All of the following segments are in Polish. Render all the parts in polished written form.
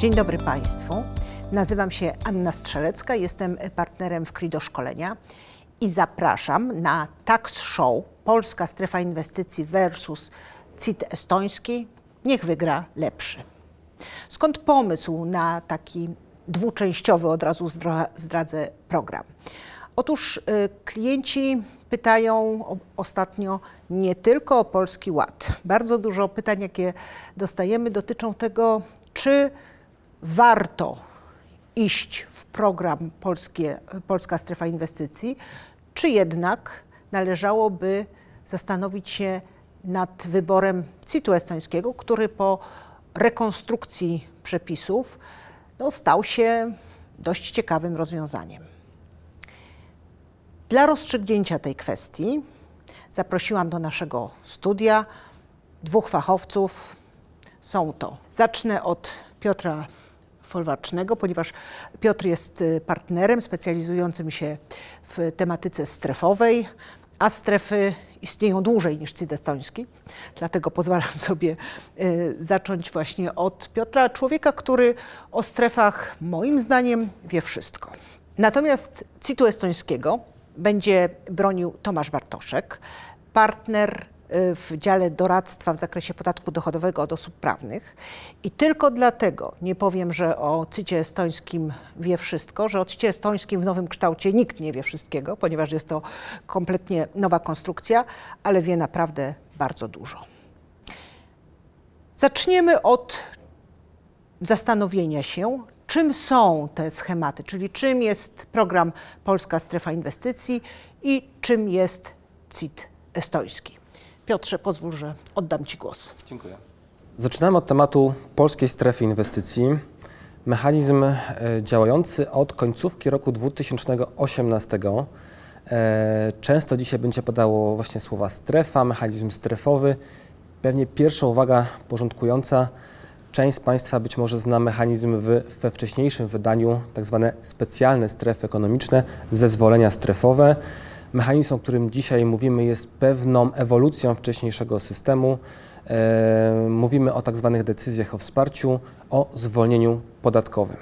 Dzień dobry Państwu. Nazywam się Anna Strzelecka, jestem partnerem w Crido Szkolenia i zapraszam na Tax Show Polska Strefa Inwestycji versus CIT estoński. Niech wygra lepszy. Skąd pomysł na taki dwuczęściowy, od razu zdradzę, program? Otóż klienci pytają ostatnio nie tylko o Polski Ład. Bardzo dużo pytań, jakie dostajemy, dotyczą tego, czy warto iść w program Polska Strefa Inwestycji, czy jednak należałoby zastanowić się nad wyborem CIT-u estońskiego, który po rekonstrukcji przepisów stał się dość ciekawym rozwiązaniem. Dla rozstrzygnięcia tej kwestii zaprosiłam do naszego studia dwóch fachowców. Zacznę od Piotra Folwarcznego, ponieważ Piotr jest partnerem specjalizującym się w tematyce strefowej, a strefy istnieją dłużej niż CIT estoński. Dlatego pozwalam sobie zacząć właśnie od Piotra, człowieka, który o strefach moim zdaniem wie wszystko. Natomiast CIT-u estońskiego będzie bronił Tomasz Bartoszek, partner w dziale doradztwa w zakresie podatku dochodowego od osób prawnych. I tylko dlatego nie powiem, że o CIT-cie estońskim wie wszystko, że o CIT-cie estońskim w nowym kształcie nikt nie wie wszystkiego, ponieważ jest to kompletnie nowa konstrukcja, ale wie naprawdę bardzo dużo. Zaczniemy od zastanowienia się, czym są te schematy, czyli czym jest program Polska Strefa Inwestycji i czym jest CIT estoński. Piotrze, pozwól, że oddam Ci głos. Dziękuję. Zaczynamy od tematu Polskiej Strefy Inwestycji. Mechanizm działający od końcówki roku 2018. Często dzisiaj będzie padało właśnie słowa strefa, mechanizm strefowy. Pewnie pierwsza uwaga porządkująca. Część z Państwa być może zna mechanizm we wcześniejszym wydaniu, tak zwane specjalne strefy ekonomiczne, zezwolenia strefowe. Mechanizm, o którym dzisiaj mówimy, jest pewną ewolucją wcześniejszego systemu. Mówimy o tak zwanych decyzjach o wsparciu, o zwolnieniu podatkowym.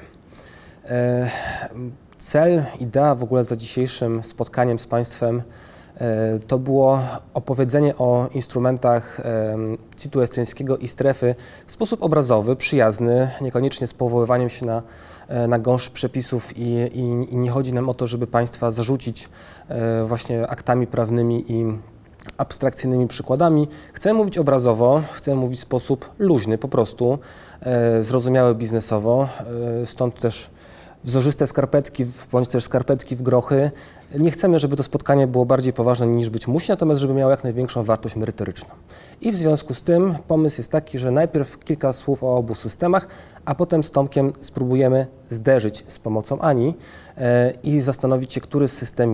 Cel, idea w ogóle za dzisiejszym spotkaniem z Państwem to było opowiedzenie o instrumentach CIT-u estońskiego i strefy w sposób obrazowy, przyjazny, niekoniecznie z powoływaniem się na gąszcz przepisów i nie chodzi nam o to, żeby Państwa zarzucić właśnie aktami prawnymi i abstrakcyjnymi przykładami. Chcemy mówić obrazowo, chcemy mówić w sposób luźny, po prostu zrozumiały biznesowo, stąd też wzorzyste skarpetki, bądź też skarpetki w grochy. Nie chcemy, żeby to spotkanie było bardziej poważne niż być musi, natomiast żeby miało jak największą wartość merytoryczną. I w związku z tym pomysł jest taki, że najpierw kilka słów o obu systemach, a potem z Tomkiem spróbujemy zderzyć z pomocą Ani i zastanowić się, który system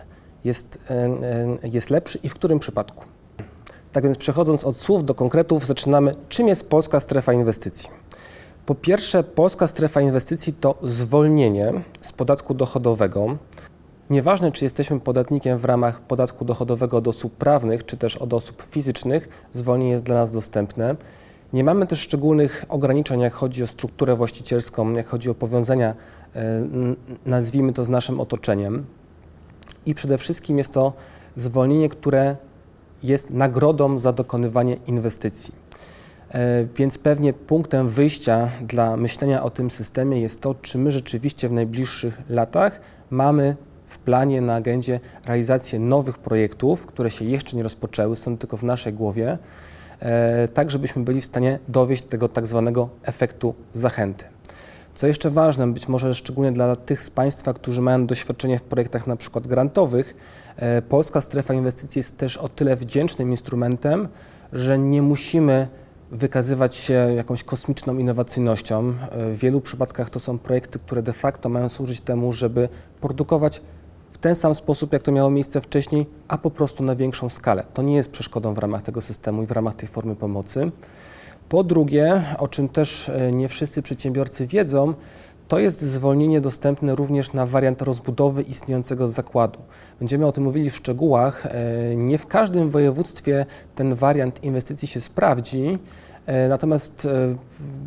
jest lepszy i w którym przypadku. Tak więc przechodząc od słów do konkretów, zaczynamy, czym jest Polska Strefa Inwestycji. Po pierwsze, Polska Strefa Inwestycji to zwolnienie z podatku dochodowego. Nieważne, czy jesteśmy podatnikiem w ramach podatku dochodowego od osób prawnych, czy też od osób fizycznych, zwolnienie jest dla nas dostępne. Nie mamy też szczególnych ograniczeń, jak chodzi o strukturę właścicielską, jak chodzi o powiązania, nazwijmy to, z naszym otoczeniem. I przede wszystkim jest to zwolnienie, które jest nagrodą za dokonywanie inwestycji. Więc pewnie punktem wyjścia dla myślenia o tym systemie jest to, czy my rzeczywiście w najbliższych latach mamy w planie, na agendzie realizację nowych projektów, które się jeszcze nie rozpoczęły, są tylko w naszej głowie, tak żebyśmy byli w stanie dowieść tego tak zwanego efektu zachęty. Co jeszcze ważne, być może szczególnie dla tych z Państwa, którzy mają doświadczenie w projektach na przykład grantowych, Polska Strefa Inwestycji jest też o tyle wdzięcznym instrumentem, że nie musimy wykazywać się jakąś kosmiczną innowacyjnością. W wielu przypadkach to są projekty, które de facto mają służyć temu, żeby produkować w ten sam sposób, jak to miało miejsce wcześniej, a po prostu na większą skalę. To nie jest przeszkodą w ramach tego systemu i w ramach tej formy pomocy. Po drugie, o czym też nie wszyscy przedsiębiorcy wiedzą, to jest zwolnienie dostępne również na wariant rozbudowy istniejącego zakładu. Będziemy o tym mówili w szczegółach. Nie w każdym województwie ten wariant inwestycji się sprawdzi, natomiast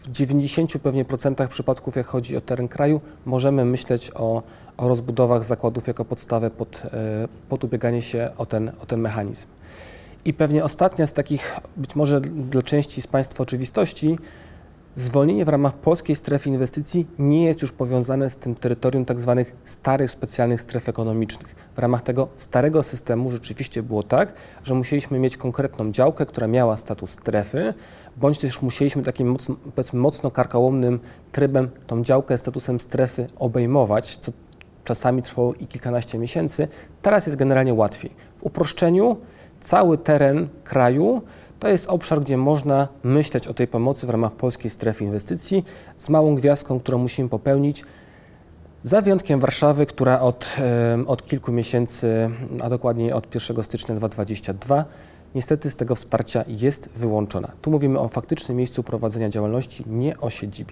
w 90 pewnie procentach przypadków, jak chodzi o teren kraju, możemy myśleć o rozbudowach zakładów jako podstawę pod ubieganie się o ten mechanizm. I pewnie ostatnia z takich, być może dla części z Państwa oczywistości, zwolnienie w ramach polskiej strefy inwestycji nie jest już powiązane z tym terytorium tak zwanych starych specjalnych stref ekonomicznych. W ramach tego starego systemu rzeczywiście było tak, że musieliśmy mieć konkretną działkę, która miała status strefy, bądź też musieliśmy takim mocno karkołomnym trybem tą działkę statusem strefy obejmować, co czasami trwało i kilkanaście miesięcy. Teraz jest generalnie łatwiej. W uproszczeniu cały teren kraju to jest obszar, gdzie można myśleć o tej pomocy w ramach polskiej strefy inwestycji z małą gwiazdką, którą musimy popełnić, za wyjątkiem Warszawy, która od kilku miesięcy, a dokładniej od 1 stycznia 2022, niestety z tego wsparcia jest wyłączona. Tu mówimy o faktycznym miejscu prowadzenia działalności, nie o siedzibie.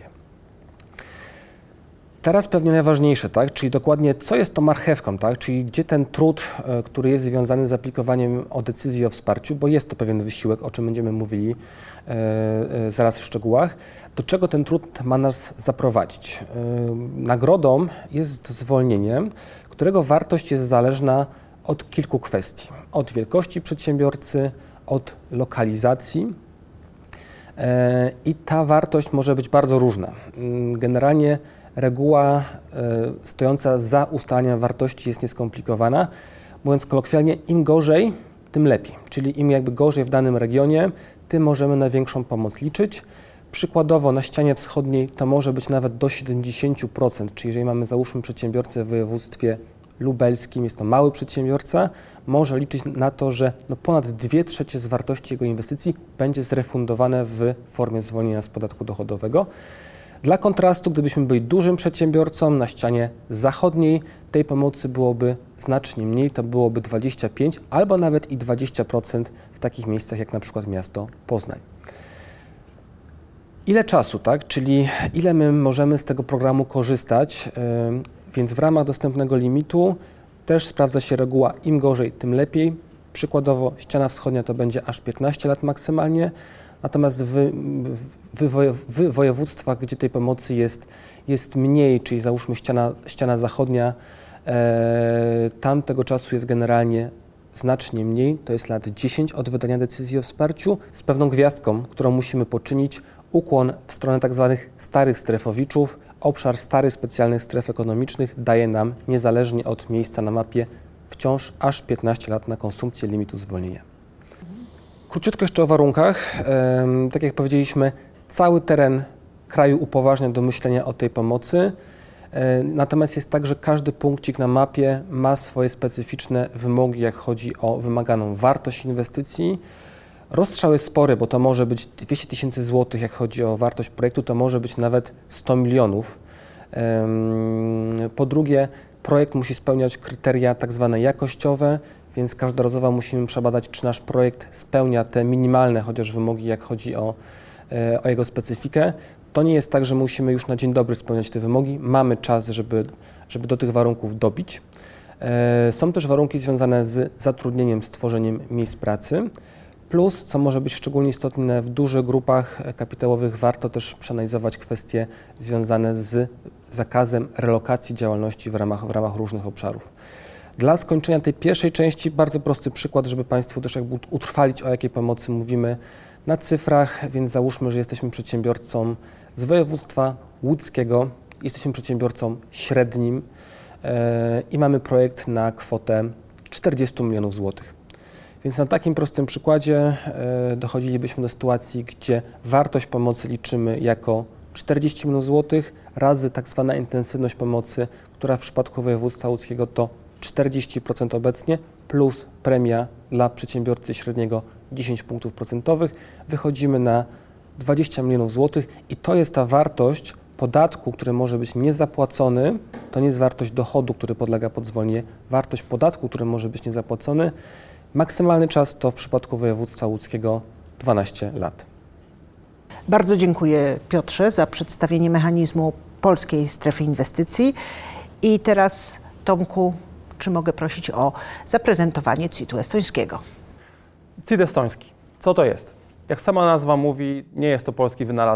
Teraz pewnie najważniejsze, tak? Czyli dokładnie co jest tą marchewką, tak? Czyli gdzie ten trud, który jest związany z aplikowaniem o decyzji o wsparciu, bo jest to pewien wysiłek, o czym będziemy mówili zaraz w szczegółach, do czego ten trud ma nas zaprowadzić. Nagrodą jest zwolnienie, którego wartość jest zależna od kilku kwestii. Od wielkości przedsiębiorcy, od lokalizacji i ta wartość może być bardzo różna. Generalnie reguła stojąca za ustalaniem wartości jest nieskomplikowana. Mówiąc kolokwialnie, im gorzej, tym lepiej. Czyli im jakby gorzej w danym regionie, tym możemy na większą pomoc liczyć. Przykładowo na ścianie wschodniej to może być nawet do 70%, czyli jeżeli mamy załóżmy przedsiębiorcę w województwie lubelskim, jest to mały przedsiębiorca, może liczyć na to, że ponad 2/3 z wartości jego inwestycji będzie zrefundowane w formie zwolnienia z podatku dochodowego. Dla kontrastu, gdybyśmy byli dużym przedsiębiorcą, na ścianie zachodniej tej pomocy byłoby znacznie mniej, to byłoby 25 albo nawet i 20% w takich miejscach jak na przykład miasto Poznań. Ile czasu, tak? Czyli ile my możemy z tego programu korzystać, więc w ramach dostępnego limitu też sprawdza się reguła im gorzej, tym lepiej. Przykładowo ściana wschodnia to będzie aż 15 lat maksymalnie. Natomiast w województwach, gdzie tej pomocy jest mniej, czyli załóżmy ściana zachodnia, tam tego czasu jest generalnie znacznie mniej, to jest lat 10 od wydania decyzji o wsparciu, z pewną gwiazdką, którą musimy poczynić, ukłon w stronę tak zwanych starych strefowiczów. Obszar starych specjalnych stref ekonomicznych daje nam, niezależnie od miejsca na mapie, wciąż aż 15 lat na konsumpcję limitu zwolnienia. Króciutko jeszcze o warunkach. Tak jak powiedzieliśmy, cały teren kraju upoważnia do myślenia o tej pomocy. Natomiast jest tak, że każdy punkcik na mapie ma swoje specyficzne wymogi, jak chodzi o wymaganą wartość inwestycji. Rozstrzał jest spory, bo to może być 200 000 złotych, jak chodzi o wartość projektu, to może być nawet 100 milionów. Po drugie, projekt musi spełniać kryteria tak zwane jakościowe, więc każdorazowo musimy przebadać, czy nasz projekt spełnia te minimalne chociaż wymogi, jak chodzi o jego specyfikę. To nie jest tak, że musimy już na dzień dobry spełniać te wymogi. Mamy czas, żeby do tych warunków dobić. Są też warunki związane z zatrudnieniem, stworzeniem miejsc pracy. Plus, co może być szczególnie istotne, w dużych grupach kapitałowych warto też przeanalizować kwestie związane z zakazem relokacji działalności w ramach różnych obszarów. Dla skończenia tej pierwszej części bardzo prosty przykład, żeby Państwu też jakby utrwalić, o jakiej pomocy mówimy na cyfrach, więc załóżmy, że jesteśmy przedsiębiorcą z województwa łódzkiego, jesteśmy przedsiębiorcą średnim i mamy projekt na kwotę 40 milionów złotych. Więc na takim prostym przykładzie dochodzilibyśmy do sytuacji, gdzie wartość pomocy liczymy jako 40 milionów złotych razy tak zwana intensywność pomocy, która w przypadku województwa łódzkiego to 40% obecnie, plus premia dla przedsiębiorcy średniego 10 punktów procentowych. Wychodzimy na 20 milionów złotych i to jest ta wartość podatku, który może być niezapłacony, to nie jest wartość dochodu, który podlega pod zwolnienie, wartość podatku, który może być niezapłacony. Maksymalny czas to w przypadku województwa łódzkiego 12 lat. Bardzo dziękuję, Piotrze, za przedstawienie mechanizmu polskiej strefy inwestycji. I teraz, Tomku, czy mogę prosić o zaprezentowanie CIT-u estońskiego? CIT estoński. Co to jest? Jak sama nazwa mówi, nie jest to polski wynalazek.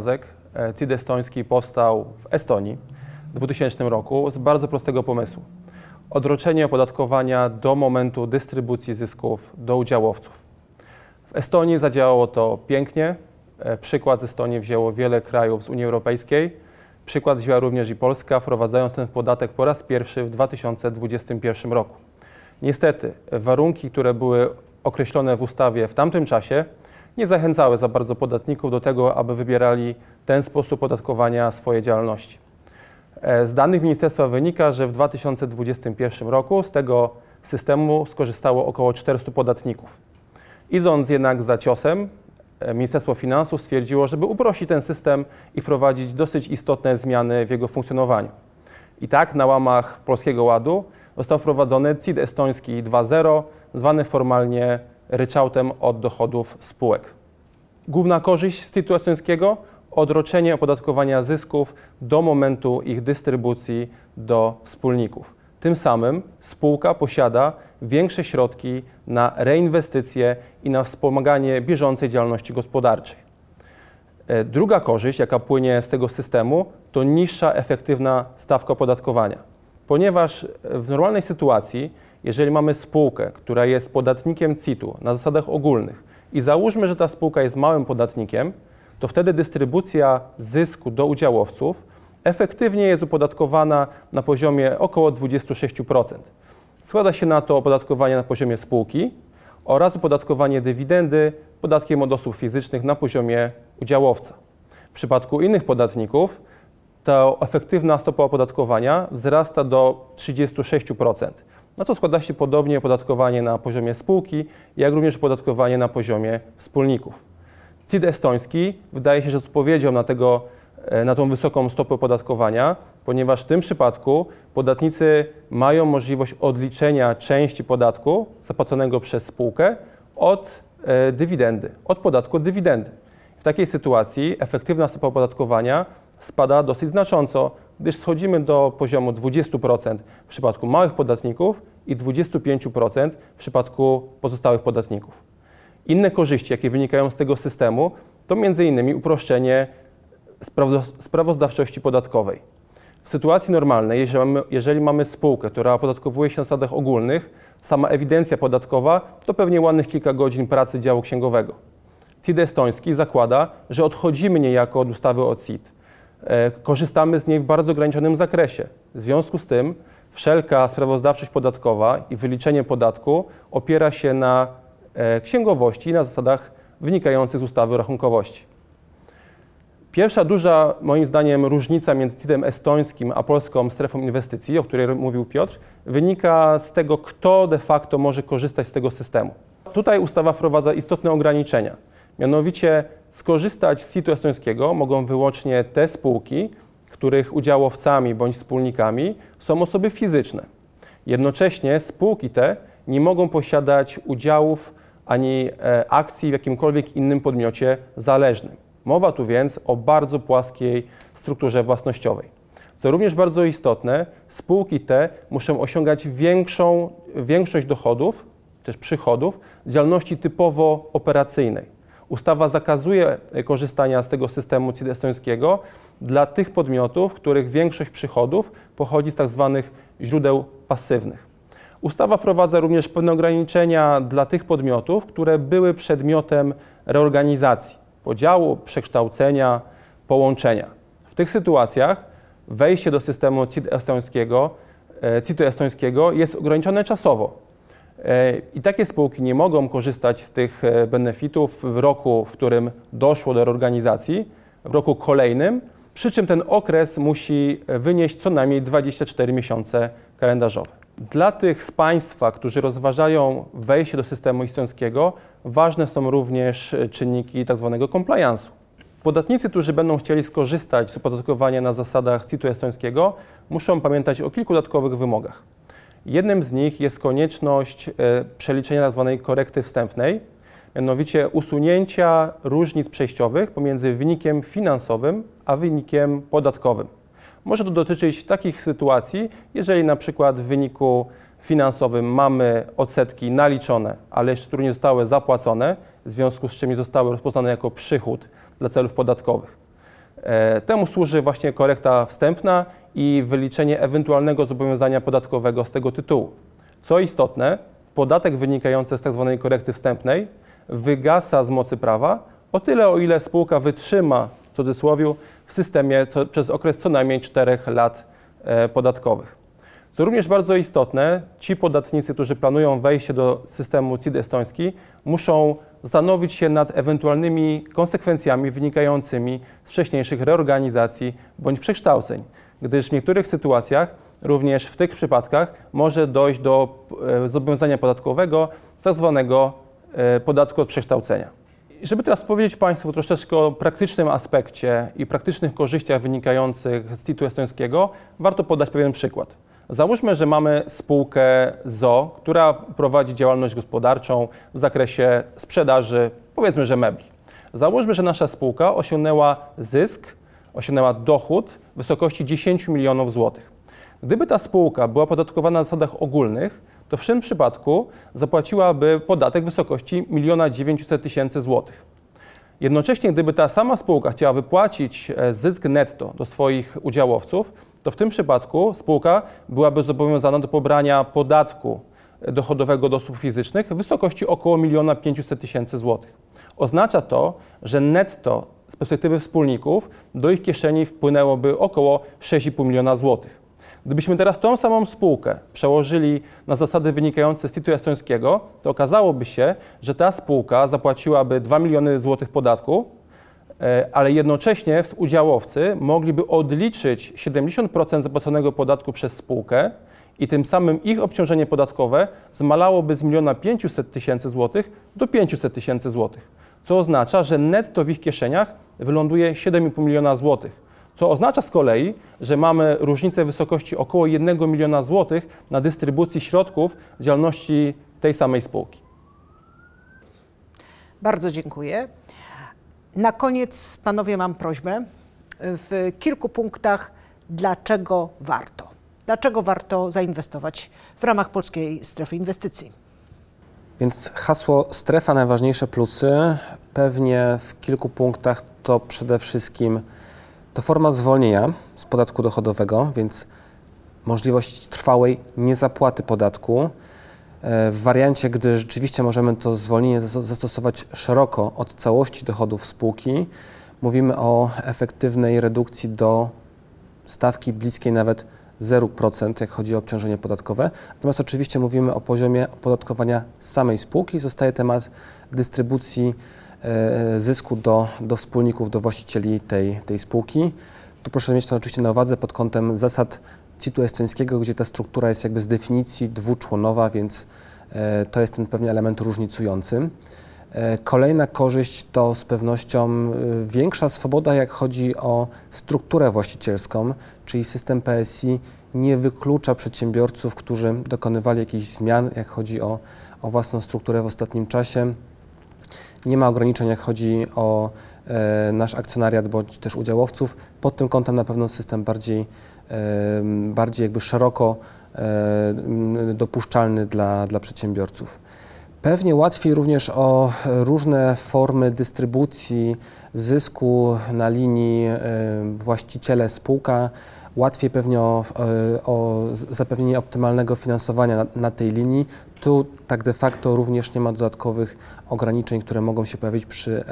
CIT estoński powstał w Estonii w 2000 roku z bardzo prostego pomysłu. Odroczenie opodatkowania do momentu dystrybucji zysków do udziałowców. W Estonii zadziałało to pięknie. Przykład z Estonii wzięło wiele krajów z Unii Europejskiej. Przykład wzięła również i Polska, wprowadzając ten podatek po raz pierwszy w 2021 roku. Niestety, warunki, które były określone w ustawie w tamtym czasie, nie zachęcały za bardzo podatników do tego, aby wybierali ten sposób opodatkowania swojej działalności. Z danych ministerstwa wynika, że w 2021 roku z tego systemu skorzystało około 400 podatników. Idąc jednak za ciosem, Ministerstwo Finansów stwierdziło, żeby uprościć ten system i wprowadzić dosyć istotne zmiany w jego funkcjonowaniu. I tak na łamach Polskiego Ładu został wprowadzony CIT estoński 2.0, zwany formalnie ryczałtem od dochodów spółek. Główna korzyść z CIT-u estońskiego: odroczenie opodatkowania zysków do momentu ich dystrybucji do wspólników. Tym samym spółka posiada większe środki na reinwestycje i na wspomaganie bieżącej działalności gospodarczej. Druga korzyść, jaka płynie z tego systemu, to niższa efektywna stawka opodatkowania. Ponieważ w normalnej sytuacji, jeżeli mamy spółkę, która jest podatnikiem CIT-u na zasadach ogólnych i załóżmy, że ta spółka jest małym podatnikiem, to wtedy dystrybucja zysku do udziałowców efektywnie jest opodatkowana na poziomie około 26%. Składa się na to opodatkowanie na poziomie spółki oraz opodatkowanie dywidendy podatkiem od osób fizycznych na poziomie udziałowca. W przypadku innych podatników ta efektywna stopa opodatkowania wzrasta do 36%, na co składa się podobnie opodatkowanie na poziomie spółki, jak również opodatkowanie na poziomie wspólników. CIT estoński wydaje się, że jest odpowiedzią na tą wysoką stopę opodatkowania, ponieważ w tym przypadku podatnicy mają możliwość odliczenia części podatku zapłaconego przez spółkę od dywidendy, od podatku od dywidendy. W takiej sytuacji efektywna stopa opodatkowania spada dosyć znacząco, gdyż schodzimy do poziomu 20% w przypadku małych podatników i 25% w przypadku pozostałych podatników. Inne korzyści, jakie wynikają z tego systemu, to m.in. uproszczenie sprawozdawczości podatkowej. W sytuacji normalnej, jeżeli mamy spółkę, która opodatkowuje się na zasadach ogólnych, sama ewidencja podatkowa to pewnie ładnych kilka godzin pracy działu księgowego. CIT estoński zakłada, że odchodzimy niejako od ustawy o CIT. Korzystamy z niej w bardzo ograniczonym zakresie. W związku z tym wszelka sprawozdawczość podatkowa i wyliczenie podatku opiera się na księgowości i na zasadach wynikających z ustawy o rachunkowości. Pierwsza duża, moim zdaniem, różnica między CIT-em estońskim a polską strefą inwestycji, o której mówił Piotr, wynika z tego, kto de facto może korzystać z tego systemu. Tutaj ustawa wprowadza istotne ograniczenia. Mianowicie skorzystać z CIT-u estońskiego mogą wyłącznie te spółki, których udziałowcami bądź wspólnikami są osoby fizyczne. Jednocześnie spółki te nie mogą posiadać udziałów ani akcji w jakimkolwiek innym podmiocie zależnym. Mowa tu więc o bardzo płaskiej strukturze własnościowej. Co również bardzo istotne, spółki te muszą osiągać większość dochodów, też przychodów z działalności typowo operacyjnej. Ustawa zakazuje korzystania z tego systemu CIT estońskiego dla tych podmiotów, których większość przychodów pochodzi z tzw. źródeł pasywnych. Ustawa wprowadza również pewne ograniczenia dla tych podmiotów, które były przedmiotem reorganizacji, podziału, przekształcenia, połączenia. W tych sytuacjach wejście do systemu CIT-u estońskiego jest ograniczone czasowo. I takie spółki nie mogą korzystać z tych benefitów w roku, w którym doszło do reorganizacji, w roku kolejnym, przy czym ten okres musi wynieść co najmniej 24 miesiące kalendarzowe. Dla tych z Państwa, którzy rozważają wejście do systemu estońskiego, ważne są również czynniki tzw. compliance'u. Podatnicy, którzy będą chcieli skorzystać z opodatkowania na zasadach CIT-u estońskiego, muszą pamiętać o kilku dodatkowych wymogach. Jednym z nich jest konieczność przeliczenia tzw. korekty wstępnej, mianowicie usunięcia różnic przejściowych pomiędzy wynikiem finansowym a wynikiem podatkowym. Może to dotyczyć takich sytuacji, jeżeli na przykład w wyniku finansowym mamy odsetki naliczone, ale jeszcze które nie zostały zapłacone, w związku z czym nie zostały rozpoznane jako przychód dla celów podatkowych. Temu służy właśnie korekta wstępna i wyliczenie ewentualnego zobowiązania podatkowego z tego tytułu. Co istotne, podatek wynikający z tzw. korekty wstępnej wygasa z mocy prawa o tyle, o ile spółka wytrzyma, w cudzysłowie, w systemie przez okres co najmniej 4 lat podatkowych. Co również bardzo istotne, ci podatnicy, którzy planują wejście do systemu CIT estoński, muszą zastanowić się nad ewentualnymi konsekwencjami wynikającymi z wcześniejszych reorganizacji bądź przekształceń, gdyż w niektórych sytuacjach, również w tych przypadkach, może dojść do zobowiązania podatkowego z tak zwanego podatku od przekształcenia. Żeby teraz powiedzieć Państwu troszeczkę o praktycznym aspekcie i praktycznych korzyściach wynikających z CIT-u estońskiego, warto podać pewien przykład. Załóżmy, że mamy spółkę ZOO, która prowadzi działalność gospodarczą w zakresie sprzedaży, powiedzmy, że mebli. Załóżmy, że nasza spółka osiągnęła zysk, osiągnęła dochód w wysokości 10 milionów złotych. Gdyby ta spółka była opodatkowana na zasadach ogólnych, to w tym przypadku zapłaciłaby podatek w wysokości 1 900 000 złotych. Jednocześnie, gdyby ta sama spółka chciała wypłacić zysk netto do swoich udziałowców, to w tym przypadku spółka byłaby zobowiązana do pobrania podatku dochodowego od osób fizycznych w wysokości około 1 500 000 złotych. Oznacza to, że netto z perspektywy wspólników do ich kieszeni wpłynęłoby około 6,5 miliona złotych. Gdybyśmy teraz tą samą spółkę przełożyli na zasady wynikające z CIT-u estońskiego, to okazałoby się, że ta spółka zapłaciłaby 2 miliony złotych podatku, ale jednocześnie udziałowcy mogliby odliczyć 70% zapłaconego podatku przez spółkę i tym samym ich obciążenie podatkowe zmalałoby z 1 500 000 złotych do 500 000 złotych, co oznacza, że netto w ich kieszeniach wyląduje 7,5 miliona złotych, co oznacza z kolei, że mamy różnicę w wysokości około 1 miliona złotych na dystrybucji środków z działalności tej samej spółki. Bardzo dziękuję. Na koniec, panowie, mam prośbę w kilku punktach, dlaczego warto? Dlaczego warto zainwestować w ramach Polskiej Strefy Inwestycji? Więc hasło strefa, najważniejsze plusy, pewnie w kilku punktach to przede wszystkim to forma zwolnienia z podatku dochodowego, więc możliwość trwałej niezapłaty podatku. W wariancie, gdy rzeczywiście możemy to zwolnienie zastosować szeroko od całości dochodów spółki, mówimy o efektywnej redukcji do stawki bliskiej nawet 0%, jak chodzi o obciążenie podatkowe. Natomiast oczywiście mówimy o poziomie opodatkowania samej spółki. Zostaje temat dystrybucji zysku do wspólników, do właścicieli tej spółki. Tu proszę mieć to oczywiście na uwadze pod kątem zasad CIT-u estońskiego, gdzie ta struktura jest jakby z definicji dwuczłonowa, więc to jest ten pewnie element różnicujący. Kolejna korzyść to z pewnością większa swoboda, jak chodzi o strukturę właścicielską, czyli system PSI nie wyklucza przedsiębiorców, którzy dokonywali jakichś zmian, jak chodzi o własną strukturę w ostatnim czasie. Nie ma ograniczeń, jak chodzi o nasz akcjonariat bądź też udziałowców. Pod tym kątem na pewno system bardziej jakby szeroko dopuszczalny dla przedsiębiorców. Pewnie łatwiej również o różne formy dystrybucji zysku na linii właściciele-spółka, łatwiej pewnie o zapewnienie optymalnego finansowania na tej linii. Tu tak de facto również nie ma dodatkowych ograniczeń, które mogą się pojawić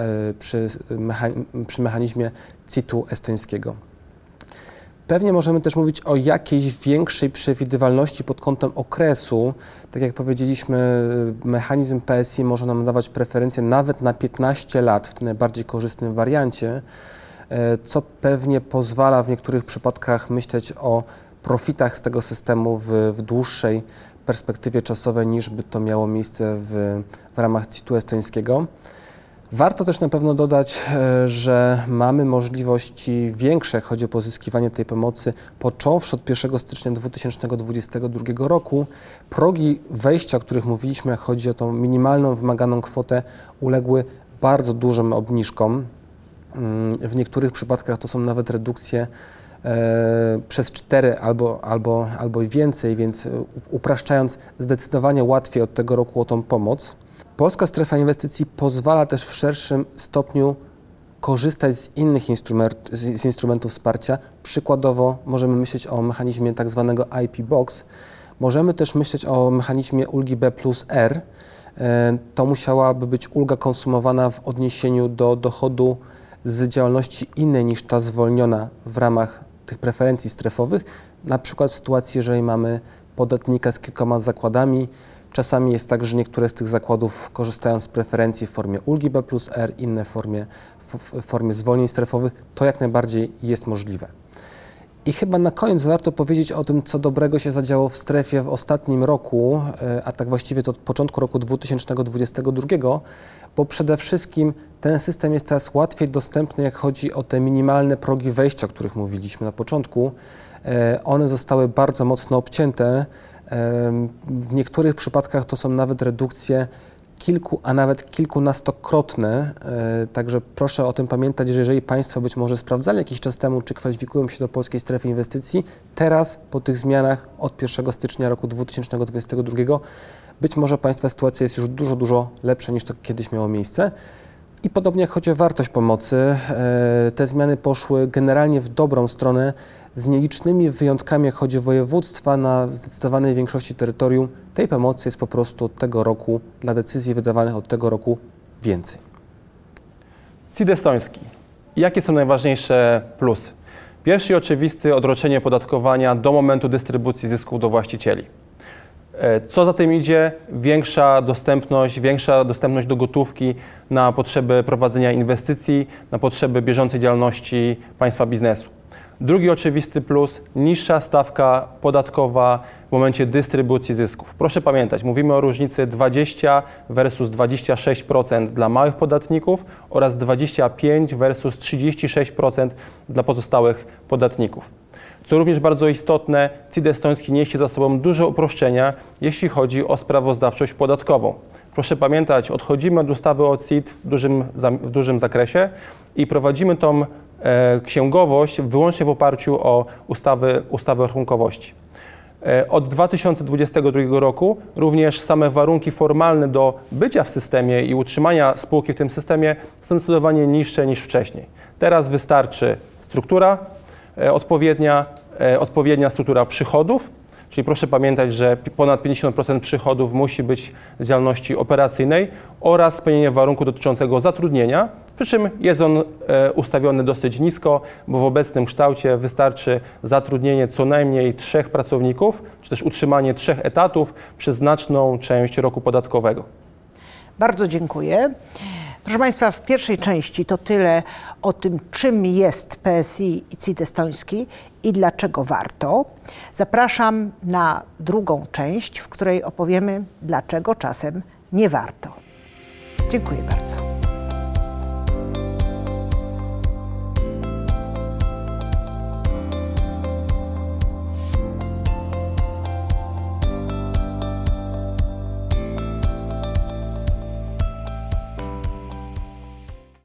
przy mechanizmie CIT-u estońskiego. Pewnie możemy też mówić o jakiejś większej przewidywalności pod kątem okresu. Tak jak powiedzieliśmy, mechanizm PSI może nam dawać preferencje nawet na 15 lat w tym najbardziej korzystnym wariancie, co pewnie pozwala w niektórych przypadkach myśleć o profitach z tego systemu w dłuższej perspektywie czasowej, niż by to miało miejsce w ramach CIT-u estońskiego. Warto też na pewno dodać, że mamy możliwości większe, jak chodzi o pozyskiwanie tej pomocy, począwszy od 1 stycznia 2022 roku. Progi wejścia, o których mówiliśmy, jak chodzi o tą minimalną wymaganą kwotę, uległy bardzo dużym obniżkom. W niektórych przypadkach to są nawet redukcje przez 4 albo i więcej, więc upraszczając, zdecydowanie łatwiej od tego roku o tą pomoc. Polska Strefa Inwestycji pozwala też w szerszym stopniu korzystać z innych instrumentów wsparcia. Przykładowo możemy myśleć o mechanizmie tak zwanego IP Box. Możemy też myśleć o mechanizmie ulgi B+R. To musiałaby być ulga konsumowana w odniesieniu do dochodu z działalności innej niż ta zwolniona w ramach tych preferencji strefowych, na przykład w sytuacji, jeżeli mamy podatnika z kilkoma zakładami. Czasami jest tak, że niektóre z tych zakładów korzystają z preferencji w formie ulgi B+R, inne w formie zwolnień strefowych. To jak najbardziej jest możliwe. I chyba na koniec warto powiedzieć o tym, co dobrego się zadziało w strefie w ostatnim roku, a tak właściwie to od początku roku 2022, bo przede wszystkim ten system jest teraz łatwiej dostępny, jak chodzi o te minimalne progi wejścia, o których mówiliśmy na początku. One zostały bardzo mocno obcięte. W niektórych przypadkach to są nawet redukcje a nawet kilkunastokrotne, także proszę o tym pamiętać, że jeżeli Państwo być może sprawdzali jakiś czas temu, czy kwalifikują się do polskiej strefy inwestycji, teraz po tych zmianach od 1 stycznia roku 2022 być może Państwa sytuacja jest już dużo lepsza niż to kiedyś miało miejsce. I podobnie jak chodzi o wartość pomocy, te zmiany poszły generalnie w dobrą stronę, z nielicznymi wyjątkami, jak chodzi o województwa, na zdecydowanej większości terytorium tej pomocy jest po prostu od tego roku, dla decyzji wydawanych od tego roku więcej. CIT estoński. Jakie są najważniejsze plusy? Pierwszy i oczywisty, odroczenie opodatkowania do momentu dystrybucji zysków do właścicieli. Co za tym idzie? Większa dostępność do gotówki na potrzeby prowadzenia inwestycji, na potrzeby bieżącej działalności państwa biznesu. Drugi oczywisty plus, niższa stawka podatkowa w momencie dystrybucji zysków. Proszę pamiętać, mówimy o różnicy 20 versus 26% dla małych podatników oraz 25 versus 36% dla pozostałych podatników. Co również bardzo istotne, CIT estoński niesie za sobą duże uproszczenia, jeśli chodzi o sprawozdawczość podatkową. Proszę pamiętać, odchodzimy od ustawy o CIT w dużym zakresie i prowadzimy tą księgowość wyłącznie w oparciu o ustawy o rachunkowości. Od 2022 roku również same warunki formalne do bycia w systemie i utrzymania spółki w tym systemie są zdecydowanie niższe niż wcześniej. Teraz wystarczy struktura odpowiednia struktura przychodów, czyli proszę pamiętać, że ponad 50% przychodów musi być z działalności operacyjnej oraz spełnienie warunku dotyczącego zatrudnienia, przy czym jest on ustawiony dosyć nisko, bo w obecnym kształcie wystarczy zatrudnienie co najmniej 3 pracowników, czy też utrzymanie 3 etatów przez znaczną część roku podatkowego. Bardzo dziękuję. Proszę Państwa, w pierwszej części to tyle o tym, czym jest PSI i CIT estoński i dlaczego warto. Zapraszam na drugą część, w której opowiemy, dlaczego czasem nie warto. Dziękuję bardzo.